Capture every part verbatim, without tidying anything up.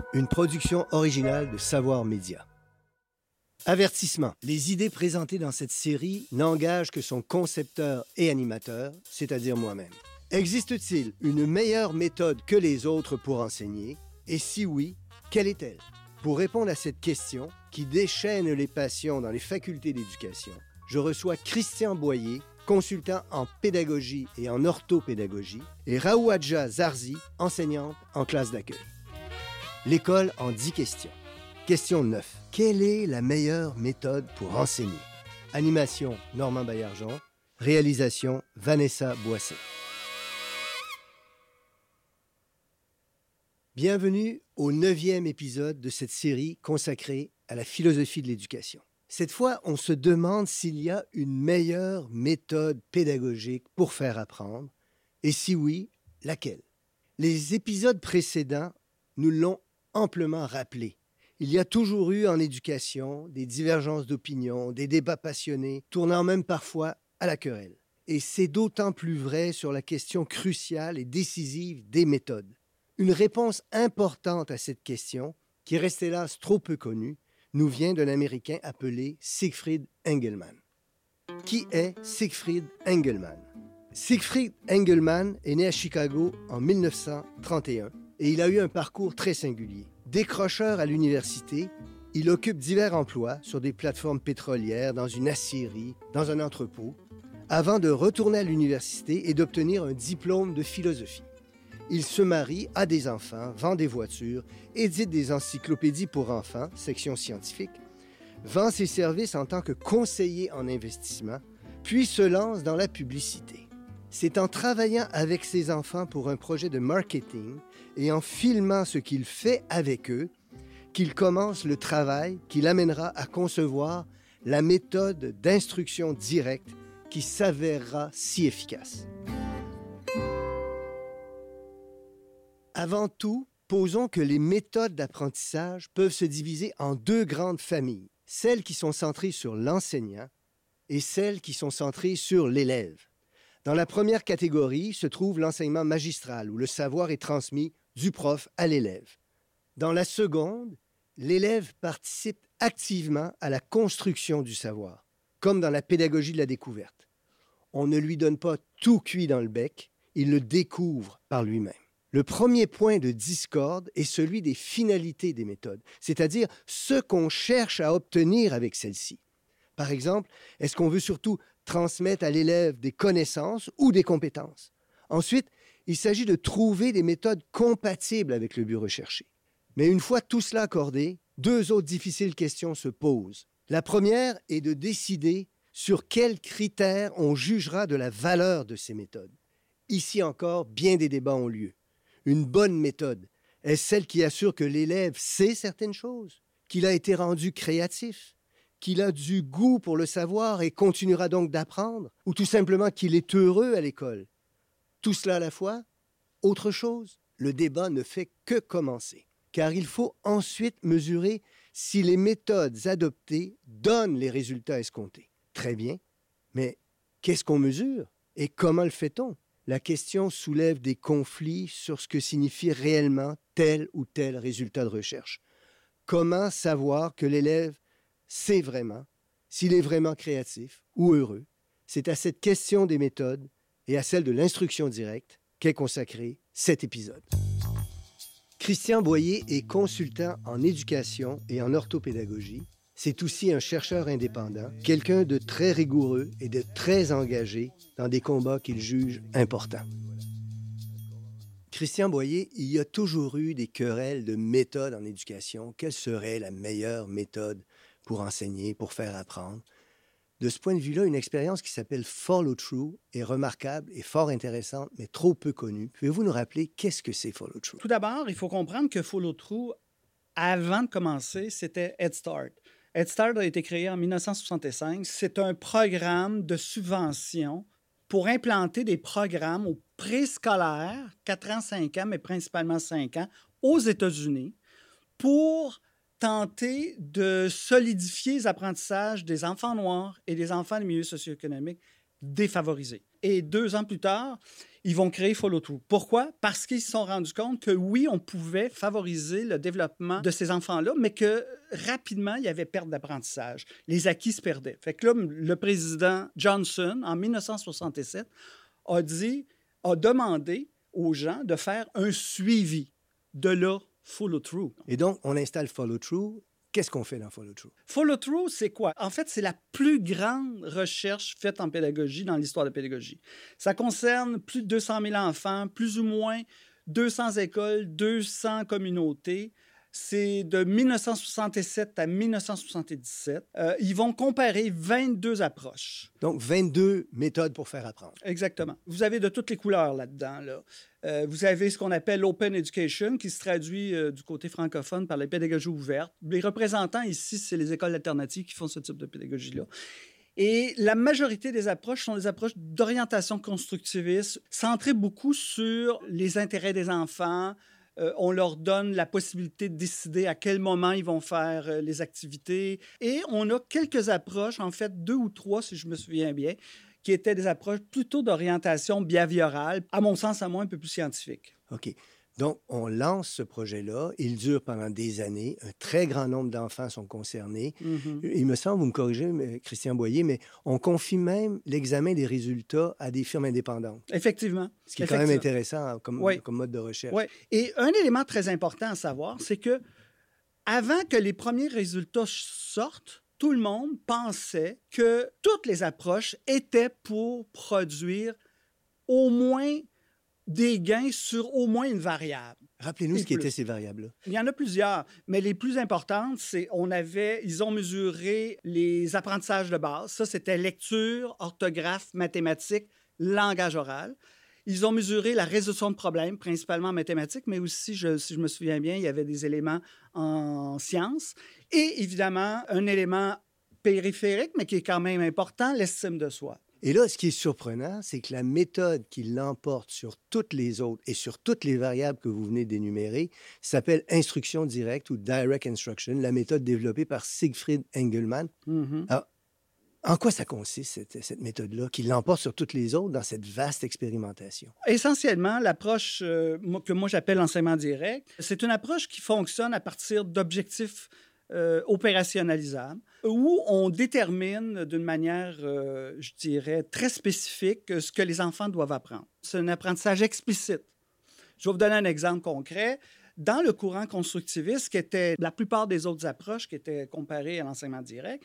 Une production originale de Savoir Média. Avertissement. Les idées présentées dans cette série n'engagent que son concepteur et animateur, c'est-à-dire moi-même. Existe-t-il une meilleure méthode que les autres pour enseigner? Et si oui, quelle est-elle? Pour répondre à cette question, qui déchaîne les passions dans les facultés d'éducation, je reçois Christian Boyer, consultant en pédagogie et en orthopédagogie, et Raouadja Zarzi, enseignante en classe d'accueil. L'école en dix questions. Question neuf. Quelle est la meilleure méthode pour enseigner? Animation, Normand Baillargeon. Réalisation, Vanessa Boisset. Bienvenue au neuvième épisode de cette série consacrée à la philosophie de l'éducation. Cette fois, on se demande s'il y a une meilleure méthode pédagogique pour faire apprendre, et si oui, laquelle? Les épisodes précédents nous l'ont amplement rappelé. Il y a toujours eu en éducation des divergences d'opinion, des débats passionnés, tournant même parfois à la querelle. Et c'est d'autant plus vrai sur la question cruciale et décisive des méthodes. Une réponse importante à cette question, qui reste hélas trop peu connue, nous vient d'un Américain appelé Siegfried Engelmann. Qui est Siegfried Engelmann? Siegfried Engelmann est né à Chicago en mille neuf cent trente et un et il a eu un parcours très singulier. Décrocheur à l'université, il occupe divers emplois sur des plateformes pétrolières, dans une aciérie, dans un entrepôt, avant de retourner à l'université et d'obtenir un diplôme de philosophie. Il se marie, a des enfants, vend des voitures, édite des encyclopédies pour enfants, section scientifique, vend ses services en tant que conseiller en investissement, puis se lance dans la publicité. C'est en travaillant avec ses enfants pour un projet de marketing et en filmant ce qu'il fait avec eux qu'il commence le travail qui l'amènera à concevoir la méthode d'instruction directe qui s'avérera si efficace. Avant tout, posons que les méthodes d'apprentissage peuvent se diviser en deux grandes familles, celles qui sont centrées sur l'enseignant et celles qui sont centrées sur l'élève. Dans la première catégorie se trouve l'enseignement magistral, où le savoir est transmis du prof à l'élève. Dans la seconde, l'élève participe activement à la construction du savoir, comme dans la pédagogie de la découverte. On ne lui donne pas tout cuit dans le bec, il le découvre par lui-même. Le premier point de discorde est celui des finalités des méthodes, c'est-à-dire ce qu'on cherche à obtenir avec celles-ci. Par exemple, est-ce qu'on veut surtout transmettre à l'élève des connaissances ou des compétences? Ensuite, il s'agit de trouver des méthodes compatibles avec le but recherché. Mais une fois tout cela accordé, deux autres difficiles questions se posent. La première est de décider sur quels critères on jugera de la valeur de ces méthodes. Ici encore, bien des débats ont lieu. Une bonne méthode est celle qui assure que l'élève sait certaines choses, qu'il a été rendu créatif, qu'il a du goût pour le savoir et continuera donc d'apprendre, ou tout simplement qu'il est heureux à l'école. Tout cela à la fois, autre chose, le débat ne fait que commencer, car il faut ensuite mesurer si les méthodes adoptées donnent les résultats escomptés. Très bien, mais qu'est-ce qu'on mesure et comment le fait-on? La question soulève des conflits sur ce que signifie réellement tel ou tel résultat de recherche. Comment savoir que l'élève sait vraiment, s'il est vraiment créatif ou heureux? C'est à cette question des méthodes et à celle de l'instruction directe qu'est consacré cet épisode. Christian Boyer est consultant en éducation et en orthopédagogie. C'est aussi un chercheur indépendant, quelqu'un de très rigoureux et de très engagé dans des combats qu'il juge importants. Christian Boyer, il y a toujours eu des querelles de méthodes en éducation. Quelle serait la meilleure méthode pour enseigner, pour faire apprendre? De ce point de vue-là, une expérience qui s'appelle Follow Through est remarquable et fort intéressante, mais trop peu connue. Pouvez-vous nous rappeler qu'est-ce que c'est Follow Through? Tout d'abord, il faut comprendre que Follow Through, avant de commencer, c'était Head Start. Head Start a été créé en mille neuf cent soixante-cinq. C'est un programme de subvention pour implanter des programmes au préscolaire, quatre ans, cinq ans, mais principalement cinq ans, aux États-Unis, pour tenter de solidifier les apprentissages des enfants noirs et des enfants des milieux socio-économiques défavorisés. et deux ans plus tard, ils vont créer Follow Through. Pourquoi? Parce qu'ils se sont rendus compte que oui, on pouvait favoriser le développement de ces enfants-là, mais que rapidement, il y avait perte d'apprentissage. Les acquis se perdaient. Fait que là, le président Johnson, en dix-neuf cent soixante-sept, a dit, a demandé aux gens de faire un suivi. De là, Follow Through. Et donc, on installe Follow Through. Qu'est-ce qu'on fait dans Follow Through? Follow Through, c'est quoi? En fait, c'est la plus grande recherche faite en pédagogie dans l'histoire de la pédagogie. Ça concerne plus de deux cent mille enfants, plus ou moins deux cents écoles, deux cents communautés. C'est de dix-neuf cent soixante-sept à dix-neuf cent soixante-dix-sept. Euh, ils vont comparer vingt-deux approches. Donc, vingt-deux méthodes pour faire apprendre. Exactement. Vous avez de toutes les couleurs là-dedans. Là. Euh, vous avez ce qu'on appelle l'Open Education, qui se traduit euh, du côté francophone par la pédagogie ouverte. Les représentants ici, c'est les écoles alternatives qui font ce type de pédagogie-là. Et la majorité des approches sont des approches d'orientation constructiviste, centrées beaucoup sur les intérêts des enfants. Euh, on leur donne la possibilité de décider à quel moment ils vont faire euh, les activités. Et on a quelques approches, en fait deux ou trois, si je me souviens bien, qui étaient des approches plutôt d'orientation behaviorale, à mon sens, à moi, un peu plus scientifique. OK. Donc, on lance ce projet-là. Il dure pendant des années. Un très grand nombre d'enfants sont concernés. Mm-hmm. Il me semble, vous me corrigez, mais, Christian Boyer, mais on confie même l'examen des résultats à des firmes indépendantes. Effectivement. Ce qui est quand même intéressant comme, oui. comme mode de recherche. Oui. Et un élément très important à savoir, c'est que avant que les premiers résultats sortent, tout le monde pensait que toutes les approches étaient pour produire au moins des gains sur au moins une variable. Rappelez-nous ce qui étaient ces variables-là. Il y en a plusieurs, mais les plus importantes, c'est on avait, ils ont mesuré les apprentissages de base. Ça, c'était lecture, orthographe, mathématiques, langage oral. Ils ont mesuré la résolution de problèmes, principalement en mathématiques, mais aussi, je, si je me souviens bien, il y avait des éléments en sciences. Et évidemment, un élément périphérique, mais qui est quand même important, l'estime de soi. Et là, ce qui est surprenant, c'est que la méthode qui l'emporte sur toutes les autres et sur toutes les variables que vous venez d'énumérer s'appelle instruction directe ou direct instruction, la méthode développée par Siegfried Engelmann. Mm-hmm. Alors, en quoi ça consiste, cette, cette méthode-là, qui l'emporte sur toutes les autres dans cette vaste expérimentation? Essentiellement, l'approche euh, que moi j'appelle l'enseignement direct, c'est une approche qui fonctionne à partir d'objectifs Euh, opérationnalisable, où on détermine d'une manière, euh, je dirais, très spécifique ce que les enfants doivent apprendre. C'est un apprentissage explicite. Je vais vous donner un exemple concret. Dans le courant constructiviste, qui était la plupart des autres approches qui étaient comparées à l'enseignement direct,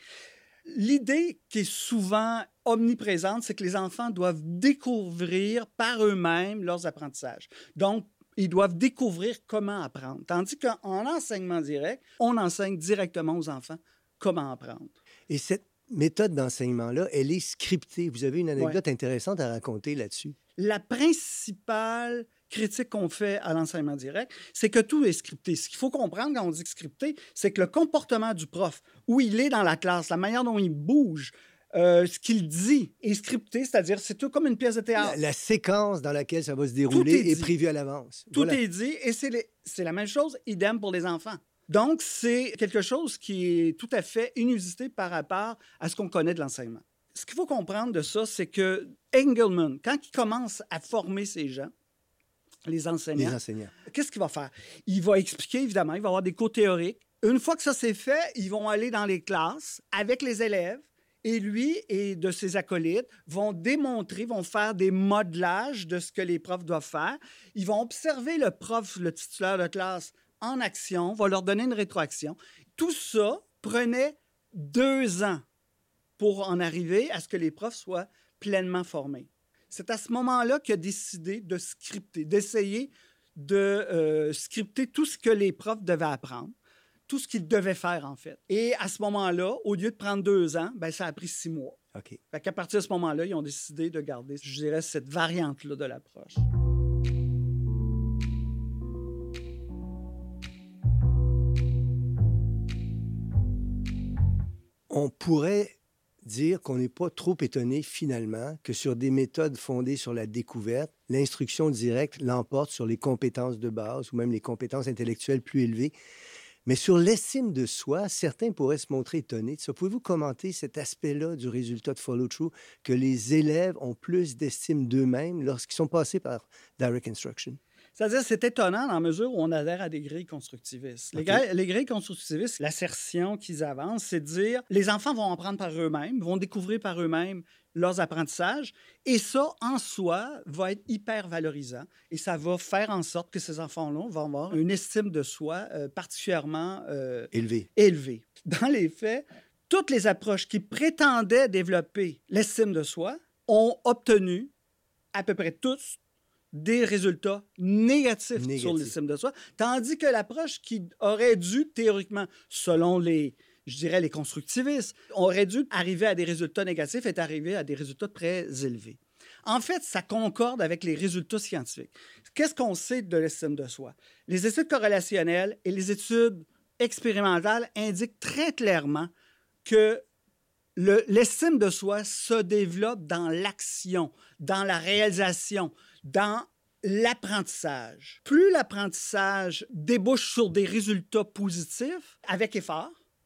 l'idée qui est souvent omniprésente, c'est que les enfants doivent découvrir par eux-mêmes leurs apprentissages. Donc, ils doivent découvrir comment apprendre. Tandis qu'en enseignement direct, on enseigne directement aux enfants comment apprendre. Et cette méthode d'enseignement-là, elle est scriptée. Vous avez une anecdote ouais. intéressante à raconter là-dessus. La principale critique qu'on fait à l'enseignement direct, c'est que tout est scripté. Ce qu'il faut comprendre quand on dit scripté, c'est que le comportement du prof, où il est dans la classe, la manière dont il bouge, Euh, ce qu'il dit est scripté, c'est-à-dire c'est tout comme une pièce de théâtre. La, la séquence dans laquelle ça va se dérouler est, est prévue à l'avance. Tout voilà. est dit et c'est, les, c'est la même chose, idem pour les enfants. Donc, c'est quelque chose qui est tout à fait inusité par rapport à ce qu'on connaît de l'enseignement. Ce qu'il faut comprendre de ça, c'est que Engelmann, quand il commence à former ces gens, les enseignants, les enseignants, qu'est-ce qu'il va faire? Il va expliquer, évidemment, il va avoir des cours théoriques. Une fois que ça c'est fait, ils vont aller dans les classes avec les élèves. Et lui et de ses acolytes vont démontrer, vont faire des modelages de ce que les profs doivent faire. Ils vont observer le prof, le titulaire de classe, en action, vont leur donner une rétroaction. Tout ça prenait deux ans pour en arriver à ce que les profs soient pleinement formés. C'est à ce moment-là qu'il a décidé de scripter, d'essayer de euh, scripter tout ce que les profs devaient apprendre. Tout ce qu'ils devaient faire, en fait. Et à ce moment-là, au lieu de prendre deux ans, ben, ça a pris six mois. OK. Fait qu'à partir de ce moment-là, ils ont décidé de garder, je dirais, cette variante-là de l'approche. On pourrait dire qu'on n'est pas trop étonné, finalement, que sur des méthodes fondées sur la découverte, l'instruction directe l'emporte sur les compétences de base ou même les compétences intellectuelles plus élevées. Mais sur l'estime de soi, certains pourraient se montrer étonnés de ça. Pouvez-vous commenter cet aspect-là du résultat de follow-through, que les élèves ont plus d'estime d'eux-mêmes lorsqu'ils sont passés par Direct Instruction? C'est-à-dire, c'est étonnant dans la mesure où on adhère à des grilles constructivistes. Les, OK. grilles, les grilles constructivistes, l'assertion qu'ils avancent, c'est de dire les enfants vont apprendre par eux-mêmes, vont découvrir par eux-mêmes leurs apprentissages, et ça, en soi, va être hyper valorisant, et ça va faire en sorte que ces enfants-là vont avoir une estime de soi euh, particulièrement euh, Élevé. élevée. Dans les faits, toutes les approches qui prétendaient développer l'estime de soi ont obtenu, à peu près tous, des résultats négatifs Négatif. sur l'estime de soi, tandis que l'approche qui aurait dû, théoriquement, selon les, je dirais, les constructivistes, aurait dû arriver à des résultats négatifs est arrivé à des résultats très élevés. En fait, ça concorde avec les résultats scientifiques. Qu'est-ce qu'on sait de l'estime de soi? Les études corrélationnelles et les études expérimentales indiquent très clairement que le, l'estime de soi se développe dans l'action, dans la réalisation, dans l'apprentissage. Plus l'apprentissage débouche sur des résultats positifs avec effort,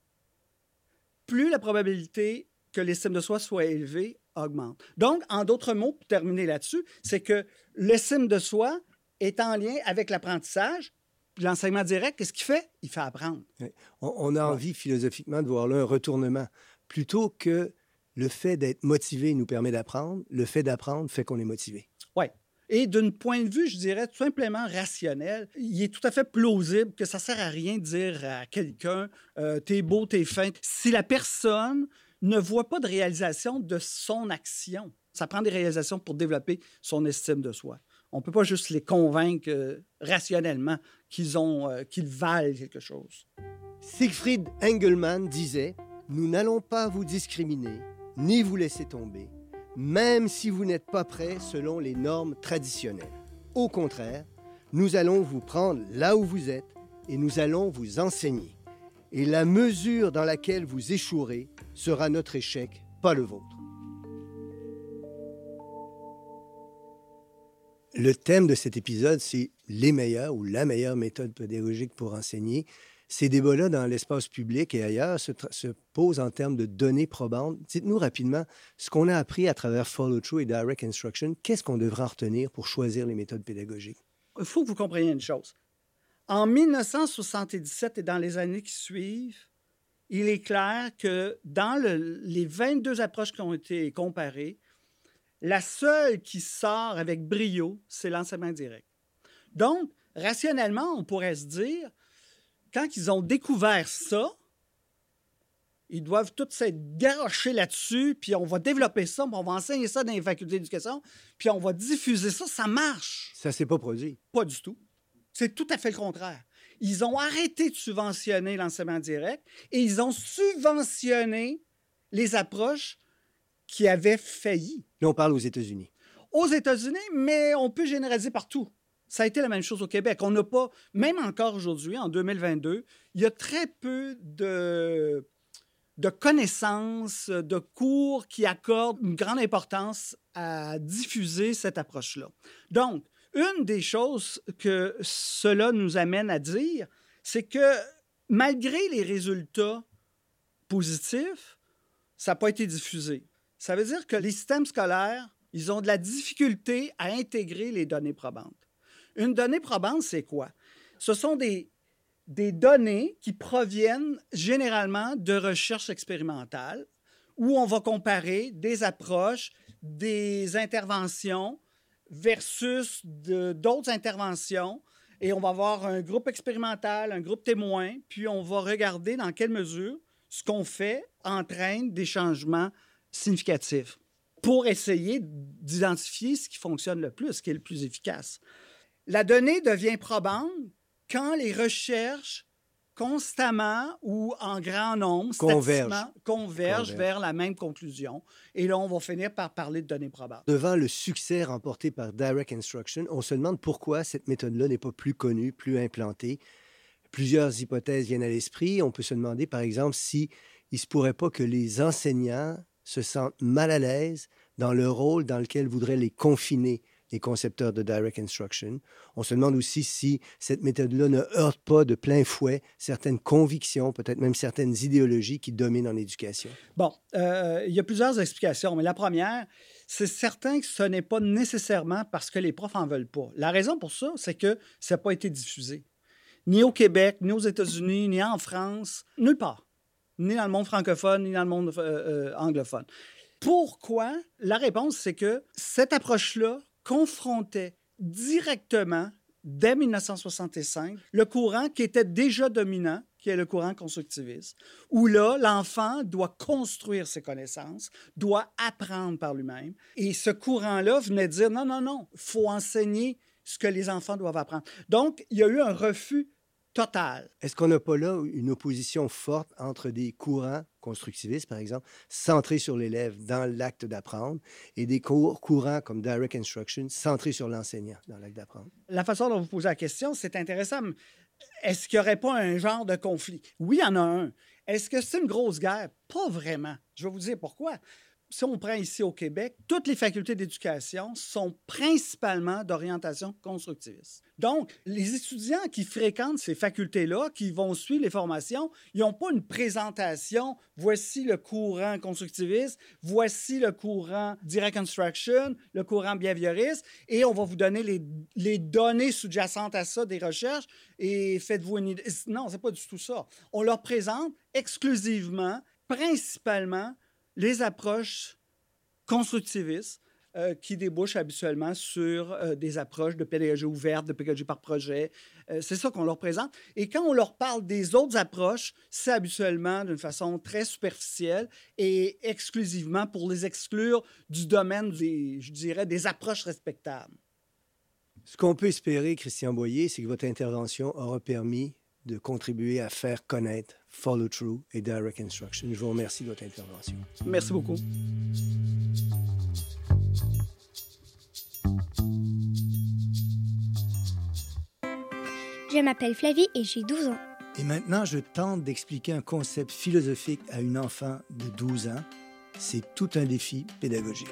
plus la probabilité que l'estime de soi soit élevée augmente. Donc, en d'autres mots, pour terminer là-dessus, c'est que l'estime de soi est en lien avec l'apprentissage. L'enseignement direct, qu'est-ce qu'il fait? Il fait apprendre. Oui. On, on a ouais. envie philosophiquement de voir là un retournement. Plutôt que le fait d'être motivé nous permet d'apprendre, le fait d'apprendre fait qu'on est motivé. Oui. Et d'un point de vue, je dirais, tout simplement rationnel, il est tout à fait plausible que ça ne sert à rien de dire à quelqu'un euh, « t'es beau, t'es fin ». Si la personne ne voit pas de réalisation de son action, ça prend des réalisations pour développer son estime de soi. On ne peut pas juste les convaincre euh, rationnellement qu'ils, ont, euh, qu'ils valent quelque chose. Siegfried Engelmann disait « Nous n'allons pas vous discriminer, ni vous laisser tomber, même si vous n'êtes pas prêt selon les normes traditionnelles. Au contraire, nous allons vous prendre là où vous êtes et nous allons vous enseigner. Et la mesure dans laquelle vous échouerez sera notre échec, pas le vôtre. » Le thème de cet épisode, c'est les meilleures ou la meilleure méthode pédagogique pour enseigner. Ces débats-là, dans l'espace public et ailleurs, se, tra- se posent en termes de données probantes. Dites-nous rapidement ce qu'on a appris à travers Follow-through et Direct Instruction. Qu'est-ce qu'on devra en retenir pour choisir les méthodes pédagogiques? Il faut que vous compreniez une chose. En dix-neuf cent soixante-dix-sept et dans les années qui suivent, il est clair que dans le, les vingt-deux approches qui ont été comparées, la seule qui sort avec brio, c'est l'enseignement direct. Donc, rationnellement, on pourrait se dire, quand ils ont découvert ça, ils doivent tous s'être garochés là-dessus, puis on va développer ça, puis on va enseigner ça dans les facultés d'éducation, puis on va diffuser ça, ça marche. Ça ne s'est pas produit. Pas du tout. C'est tout à fait le contraire. Ils ont arrêté de subventionner l'enseignement direct et ils ont subventionné les approches qui avaient failli. Là, on parle aux États-Unis. Aux États-Unis, mais on peut généraliser partout. Ça a été la même chose au Québec. On n'a pas, même encore aujourd'hui, en deux mille vingt-deux, il y a très peu de, de connaissances, de cours qui accordent une grande importance à diffuser cette approche-là. Donc, une des choses que cela nous amène à dire, c'est que malgré les résultats positifs, ça n'a pas été diffusé. Ça veut dire que les systèmes scolaires, ils ont de la difficulté à intégrer les données probantes. Une donnée probante, c'est quoi? Ce sont des, des données qui proviennent généralement de recherches expérimentales où on va comparer des approches, des interventions versus de, d'autres interventions et on va avoir un groupe expérimental, un groupe témoin, puis on va regarder dans quelle mesure ce qu'on fait entraîne des changements significatifs pour essayer d'identifier ce qui fonctionne le plus, ce qui est le plus efficace. La donnée devient probante quand les recherches constamment ou en grand nombre, Converge. statistiquement, convergent Converge. vers la même conclusion. Et là, on va finir par parler de données probantes. Devant le succès remporté par Direct Instruction, on se demande pourquoi cette méthode-là n'est pas plus connue, plus implantée. Plusieurs hypothèses viennent à l'esprit. On peut se demander, par exemple, si il ne se pourrait pas que les enseignants se sentent mal à l'aise dans le rôle dans lequel voudraient les confiner les concepteurs de Direct Instruction. On se demande aussi si cette méthode-là ne heurte pas de plein fouet certaines convictions, peut-être même certaines idéologies qui dominent en éducation. Bon, euh, il y a plusieurs explications, mais la première, c'est certain que ce n'est pas nécessairement parce que les profs n'en veulent pas. La raison pour ça, c'est que ça n'a pas été diffusé. Ni au Québec, ni aux États-Unis, ni en France, nulle part. Ni dans le monde francophone, ni dans le monde euh, euh, anglophone. Pourquoi? La réponse, c'est que cette approche-là confrontait directement, dès mille neuf cent soixante-cinq, le courant qui était déjà dominant, qui est le courant constructiviste, où là, l'enfant doit construire ses connaissances, doit apprendre par lui-même. Et ce courant-là venait dire, non, non, non, il faut enseigner ce que les enfants doivent apprendre. Donc, il y a eu un refus total. Est-ce qu'on n'a pas là une opposition forte entre des courants constructivistes, par exemple, centrés sur l'élève dans l'acte d'apprendre, et des cours courants comme Direct Instruction, centrés sur l'enseignant dans l'acte d'apprendre? La façon dont vous posez la question, c'est intéressant. Est-ce qu'il n'y aurait pas un genre de conflit? Oui, il y en a un. Est-ce que c'est une grosse guerre? Pas vraiment. Je vais vous dire pourquoi. Si on prend ici au Québec, toutes les facultés d'éducation sont principalement d'orientation constructiviste. Donc, les étudiants qui fréquentent ces facultés-là, qui vont suivre les formations, ils n'ont pas une présentation. Voici le courant constructiviste, voici le courant Direct Instruction, le courant behavioriste, et on va vous donner les, les données sous-jacentes à ça, des recherches, et faites-vous une idée. Non, ce n'est pas du tout ça. On leur présente exclusivement, principalement, les approches constructivistes euh, qui débouchent habituellement sur euh, des approches de pédagogie ouverte, de pédagogie par projet. Euh, c'est ça qu'on leur présente. Et quand on leur parle des autres approches, c'est habituellement d'une façon très superficielle et exclusivement pour les exclure du domaine des, je dirais, des approches respectables. Ce qu'on peut espérer, Christian Boyer, c'est que votre intervention aura permis de contribuer à faire connaître Follow Through et Direct Instruction. Je vous remercie de votre intervention. Merci beaucoup. Je m'appelle Flavie et j'ai douze ans. Et maintenant, je tente d'expliquer un concept philosophique à une enfant de douze ans. C'est tout un défi pédagogique.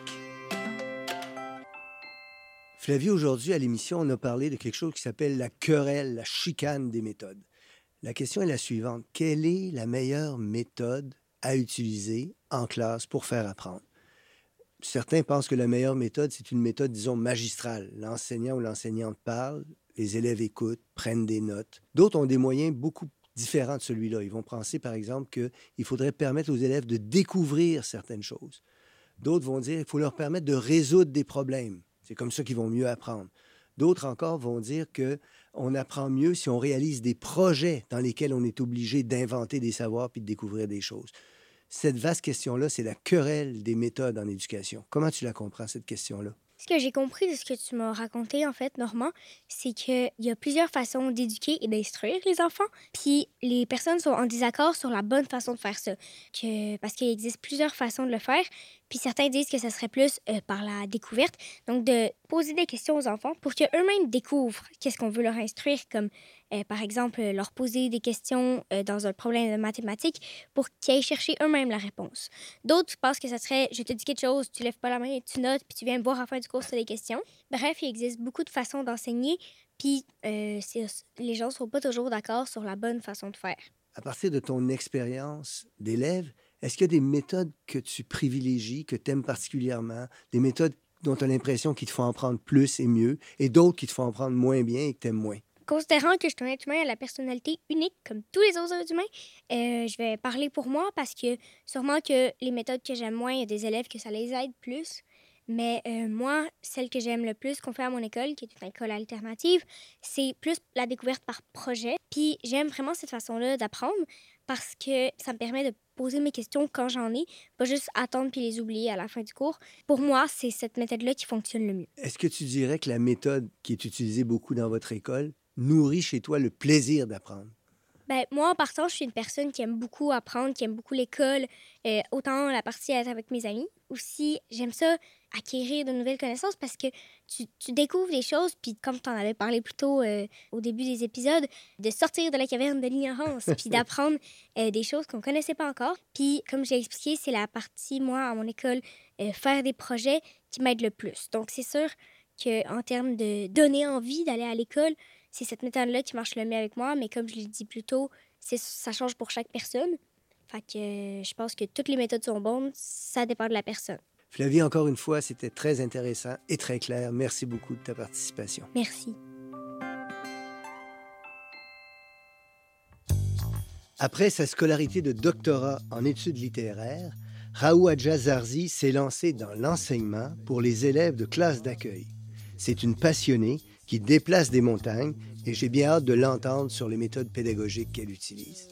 Flavie, aujourd'hui, à l'émission, on a parlé de quelque chose qui s'appelle la querelle, la chicane des méthodes. La question est la suivante. Quelle est la meilleure méthode à utiliser en classe pour faire apprendre? Certains pensent que la meilleure méthode, c'est une méthode, disons, magistrale. L'enseignant ou l'enseignante parle, les élèves écoutent, prennent des notes. D'autres ont des moyens beaucoup différents de celui-là. Ils vont penser, par exemple, qu'il faudrait permettre aux élèves de découvrir certaines choses. D'autres vont dire qu'il faut leur permettre de résoudre des problèmes. C'est comme ça qu'ils vont mieux apprendre. D'autres encore vont dire qu'on apprend mieux si on réalise des projets dans lesquels on est obligé d'inventer des savoirs puis de découvrir des choses. Cette vaste question-là, c'est la querelle des méthodes en éducation. Comment tu la comprends, cette question-là? Ce que j'ai compris de ce que tu m'as raconté, en fait, Normand, c'est qu'il y a plusieurs façons d'éduquer et d'instruire les enfants. Puis les personnes sont en désaccord sur la bonne façon de faire ça. Que, parce qu'il existe plusieurs façons de le faire. Puis certains disent que ça serait plus euh, par la découverte. Donc, de poser des questions aux enfants pour qu'eux-mêmes découvrent qu'est-ce qu'on veut leur instruire, comme euh, par exemple leur poser des questions euh, dans un problème de mathématiques pour qu'ils aillent chercher eux-mêmes la réponse. D'autres pensent que ça serait « je te dis quelque chose, tu lèves pas la main et tu notes, puis tu viens me voir à la fin du cours si tu as des questions ». Bref, il existe beaucoup de façons d'enseigner, puis euh, les gens ne sont pas toujours d'accord sur la bonne façon de faire. À partir de ton expérience d'élève, est-ce qu'il y a des méthodes que tu privilégies, que tu aimes particulièrement, des méthodes dont tu as l'impression qu'ils te font apprendre plus et mieux, et d'autres qui te font apprendre moins bien et que tu aimes moins? Considérant que je suis un être humain à la personnalité unique comme tous les autres êtres humains, euh, je vais parler pour moi parce que sûrement que les méthodes que j'aime moins, il y a des élèves que ça les aide plus. Mais euh, moi, celle que j'aime le plus qu'on fait à mon école, qui est une école alternative, c'est plus la découverte par projet. Puis j'aime vraiment cette façon-là d'apprendre parce que ça me permet de poser mes questions quand j'en ai, pas juste attendre puis les oublier à la fin du cours. Pour moi, c'est cette méthode-là qui fonctionne le mieux. Est-ce que tu dirais que la méthode qui est utilisée beaucoup dans votre école nourrit chez toi le plaisir d'apprendre? Ben, moi, en partant, je suis une personne qui aime beaucoup apprendre, qui aime beaucoup l'école, euh, autant la partie être avec mes amis. Aussi, j'aime ça, acquérir de nouvelles connaissances parce que tu, tu découvres des choses, puis comme tu en avais parlé plus tôt euh, au début des épisodes, de sortir de la caverne de l'ignorance, puis d'apprendre euh, des choses qu'on ne connaissait pas encore. Puis, comme j'ai expliqué, c'est la partie, moi, à mon école, euh, faire des projets qui m'aide le plus. Donc, c'est sûr qu'en termes de donner envie d'aller à l'école, c'est cette méthode-là qui marche le mieux avec moi. Mais comme je l'ai dit plus tôt, c'est, ça change pour chaque personne. Fait que euh, je pense que toutes les méthodes sont bonnes, ça dépend de la personne. Flavie, encore une fois, c'était très intéressant et très clair. Merci beaucoup de ta participation. Merci. Après sa scolarité de doctorat en études littéraires, Raouadja Zarzi s'est lancée dans l'enseignement pour les élèves de classe d'accueil. C'est une passionnée qui déplace des montagnes et j'ai bien hâte de l'entendre sur les méthodes pédagogiques qu'elle utilise.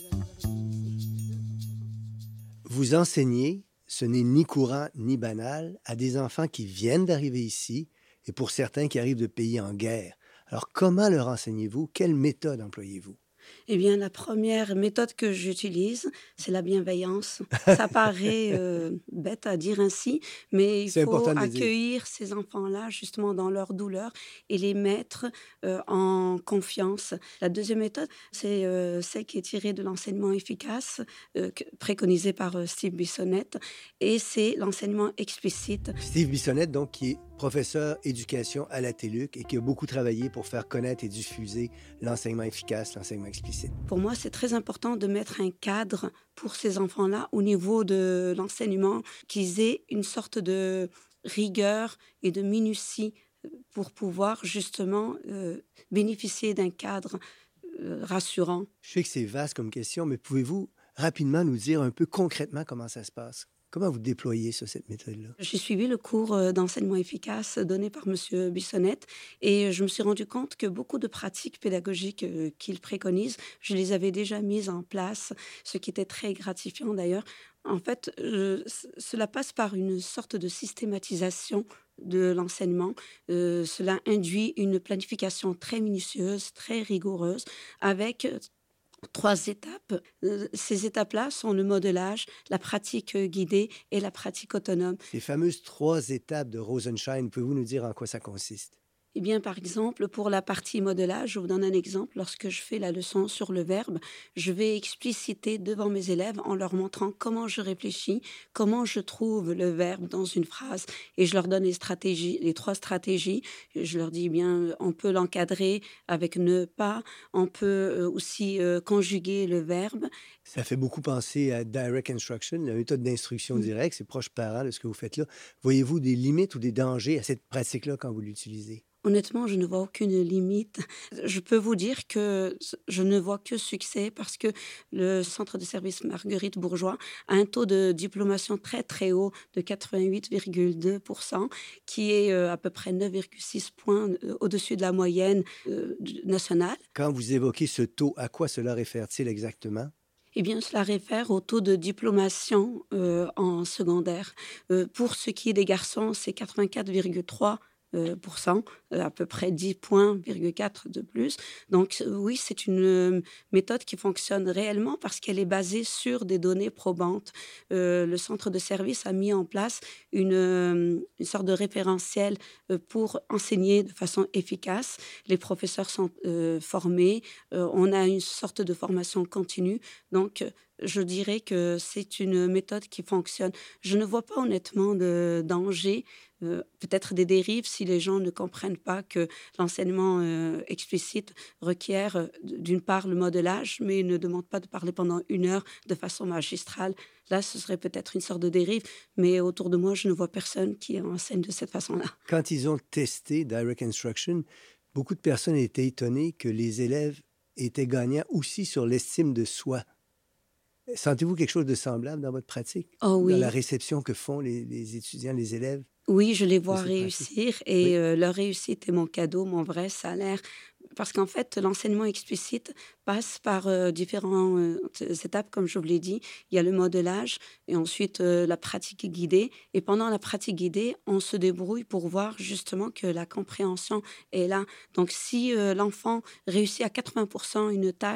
Vous enseignez, ce n'est ni courant ni banal, à des enfants qui viennent d'arriver ici et pour certains qui arrivent de pays en guerre. Alors comment leur enseignez-vous? Quelle méthode employez-vous? Eh bien, la première méthode que j'utilise, c'est la bienveillance. Ça paraît euh, bête à dire ainsi, mais il C'est faut important de le dire. accueillir ces enfants-là justement dans leur douleur et les mettre euh, en confiance. La deuxième méthode, c'est euh, celle qui est tirée de l'enseignement efficace, euh, que- préconisé par euh, Steve Bissonnette, et c'est l'enseignement explicite. Steve Bissonnette, donc, qui est professeur éducation à la T E L U C et qui a beaucoup travaillé pour faire connaître et diffuser l'enseignement efficace, l'enseignement explicite. Pour moi, c'est très important de mettre un cadre pour ces enfants-là au niveau de l'enseignement, qu'ils aient une sorte de rigueur et de minutie euh, pour pouvoir justement euh, bénéficier d'un cadre euh, rassurant. Je sais que c'est vaste comme question, mais pouvez-vous rapidement nous dire un peu concrètement comment ça se passe? Comment vous déployez ça, cette méthode-là? J'ai suivi le cours euh, d'enseignement efficace donné par M. Bissonnette et je me suis rendu compte que beaucoup de pratiques pédagogiques euh, qu'il préconise, je les avais déjà mises en place, ce qui était très gratifiant d'ailleurs. En fait, euh, c- cela passe par une sorte de systématisation de l'enseignement. Euh, cela induit une planification très minutieuse, très rigoureuse, avec euh, trois étapes. Euh, Ces étapes-là sont le modelage, la pratique euh, guidée et la pratique autonome. Les fameuses trois étapes de Rosenshine, pouvez-vous nous dire en quoi ça consiste? Eh bien, par exemple, pour la partie modelage, je vous donne un exemple. Lorsque je fais la leçon sur le verbe, je vais expliciter devant mes élèves en leur montrant comment je réfléchis, comment je trouve le verbe dans une phrase. Et je leur donne les stratégies, les trois stratégies. Je leur dis, eh bien, on peut l'encadrer avec ne pas. On peut euh, aussi euh, conjuguer le verbe. Ça fait beaucoup penser à Direct Instruction, la méthode d'instruction Mm. directe. C'est proche parent de ce que vous faites là. Voyez-vous des limites ou des dangers à cette pratique-là quand vous l'utilisez? Honnêtement, je ne vois aucune limite. Je peux vous dire que je ne vois que succès parce que le centre de service Marguerite Bourgeois a un taux de diplomation très très haut de quatre-vingt-huit virgule deux pour cent, qui est euh, à peu près neuf virgule six points euh, au-dessus de la moyenne euh, du- nationale. Quand vous évoquez ce taux, à quoi cela réfère-t-il exactement? Eh bien, cela réfère au taux de diplomation euh, en secondaire. Euh, pour ce qui est des garçons, c'est quatre-vingt-quatre virgule trois euh, pour cent, euh, à peu près dix points, virgule quatre de plus. Donc euh, oui, c'est une euh, méthode qui fonctionne réellement parce qu'elle est basée sur des données probantes. Euh, le centre de service a mis en place une, euh, une sorte de référentiel euh, pour enseigner de façon efficace. Les professeurs sont euh, formés, euh, on a une sorte de formation continue. Donc, euh, je dirais que c'est une méthode qui fonctionne. Je ne vois pas honnêtement de danger, euh, peut-être des dérives si les gens ne comprennent pas que l'enseignement euh, explicite requiert euh, d'une part le modelage, mais il ne demande pas de parler pendant une heure de façon magistrale. Là, ce serait peut-être une sorte de dérive, mais autour de moi, je ne vois personne qui enseigne de cette façon-là. Quand ils ont testé Direct Instruction, beaucoup de personnes étaient étonnées que les élèves étaient gagnants aussi sur l'estime de soi. Sentez-vous quelque chose de semblable dans votre pratique? Oh oui. Dans la réception que font les, les étudiants, les élèves? Oui, je les vois cette réussir et Oui. euh, leur réussite est mon cadeau, mon vrai salaire. Parce qu'en fait, l'enseignement explicite passe par euh, différentes euh, étapes, comme je vous l'ai dit. Il y a le modelage et ensuite euh, la pratique guidée. Et pendant la pratique guidée, on se débrouille pour voir justement que la compréhension est là. Donc, si euh, l'enfant réussit à quatre-vingts pour cent une tâche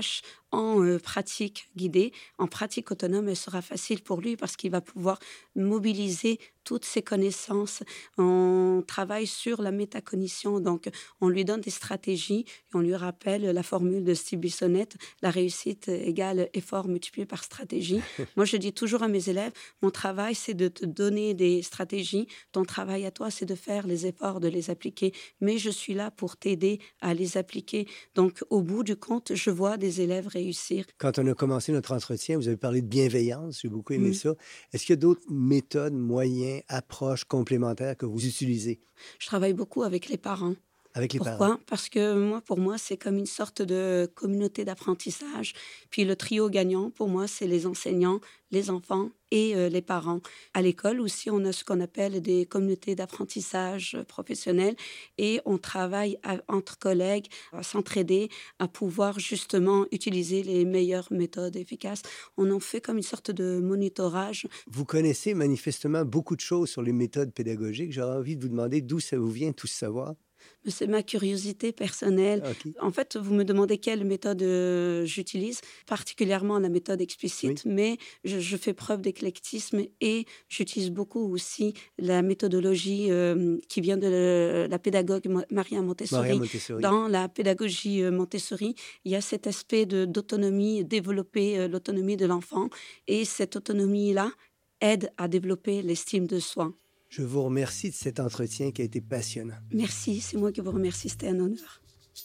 en euh, pratique guidée, en pratique autonome, elle sera facile pour lui parce qu'il va pouvoir mobiliser toutes ses connaissances. On travaille sur la métacognition, donc on lui donne des stratégies et on lui rappelle la formule de Steve Bissonnette, la réussite égale effort multiplié par stratégie. Moi, je dis toujours à mes élèves, mon travail, c'est de te donner des stratégies. Ton travail à toi, c'est de faire les efforts, de les appliquer. Mais je suis là pour t'aider à les appliquer. Donc, au bout du compte, je vois des élèves réussir. Quand on a commencé notre entretien, vous avez parlé de bienveillance. J'ai beaucoup aimé Mmh. ça. Est-ce qu'il y a d'autres méthodes, moyens, approches complémentaires que vous utilisez Je travaille beaucoup avec les parents. avec les parents? Pourquoi? Parce que moi, pour moi, c'est comme une sorte de communauté d'apprentissage. Puis le trio gagnant, pour moi, c'est les enseignants, les enfants et euh, les parents. À l'école aussi, on a ce qu'on appelle des communautés d'apprentissage euh, professionnelles et on travaille à- entre collègues, à s'entraider, à pouvoir justement utiliser les meilleures méthodes efficaces. On en fait comme une sorte de monitorage. Vous connaissez manifestement beaucoup de choses sur les méthodes pédagogiques. J'aurais envie de vous demander d'où ça vous vient, tout ce savoir. Mais c'est ma curiosité personnelle. OK. En fait, vous me demandez quelle méthode euh, j'utilise, particulièrement la méthode explicite, mais je, je fais preuve d'éclectisme et j'utilise beaucoup aussi la méthodologie euh, qui vient de le- la pédagogue Mo- Maria Montessori. Maria Montessori. Dans la pédagogie euh, Montessori, il y a cet aspect de- d'autonomie, développer euh, l'autonomie de l'enfant et cette autonomie-là aide à développer l'estime de soi. Je vous remercie de cet entretien qui a été passionnant. Merci, c'est moi qui vous remercie, c'était un honneur.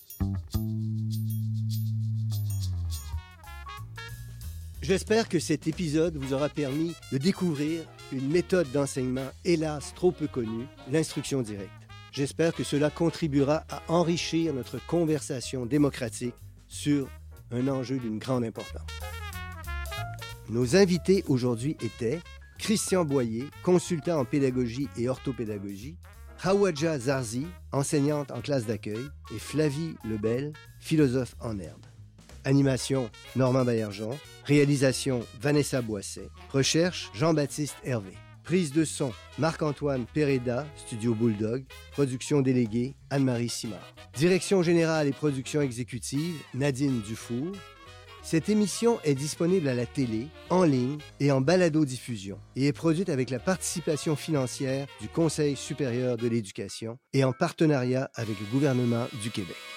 J'espère que cet épisode vous aura permis de découvrir une méthode d'enseignement, hélas trop peu connue, l'instruction directe. J'espère que cela contribuera à enrichir notre conversation démocratique sur un enjeu d'une grande importance. Nos invités aujourd'hui étaient Christian Boyer, consultant en pédagogie et orthopédagogie, Hawadja Zarzi, enseignante en classe d'accueil, et Flavie Lebel, philosophe en herbe. Animation, Normand Baillargeon. Réalisation, Vanessa Boisset. Recherche, Jean-Baptiste Hervé. Prise de son, Marc-Antoine Pereda, Studio Bulldog. Production déléguée, Anne-Marie Simard. Direction générale et production exécutive, Nadine Dufour. Cette émission est disponible à la télé, en ligne et en balado-diffusion et est produite avec la participation financière du Conseil supérieur de l'éducation et en partenariat avec le gouvernement du Québec.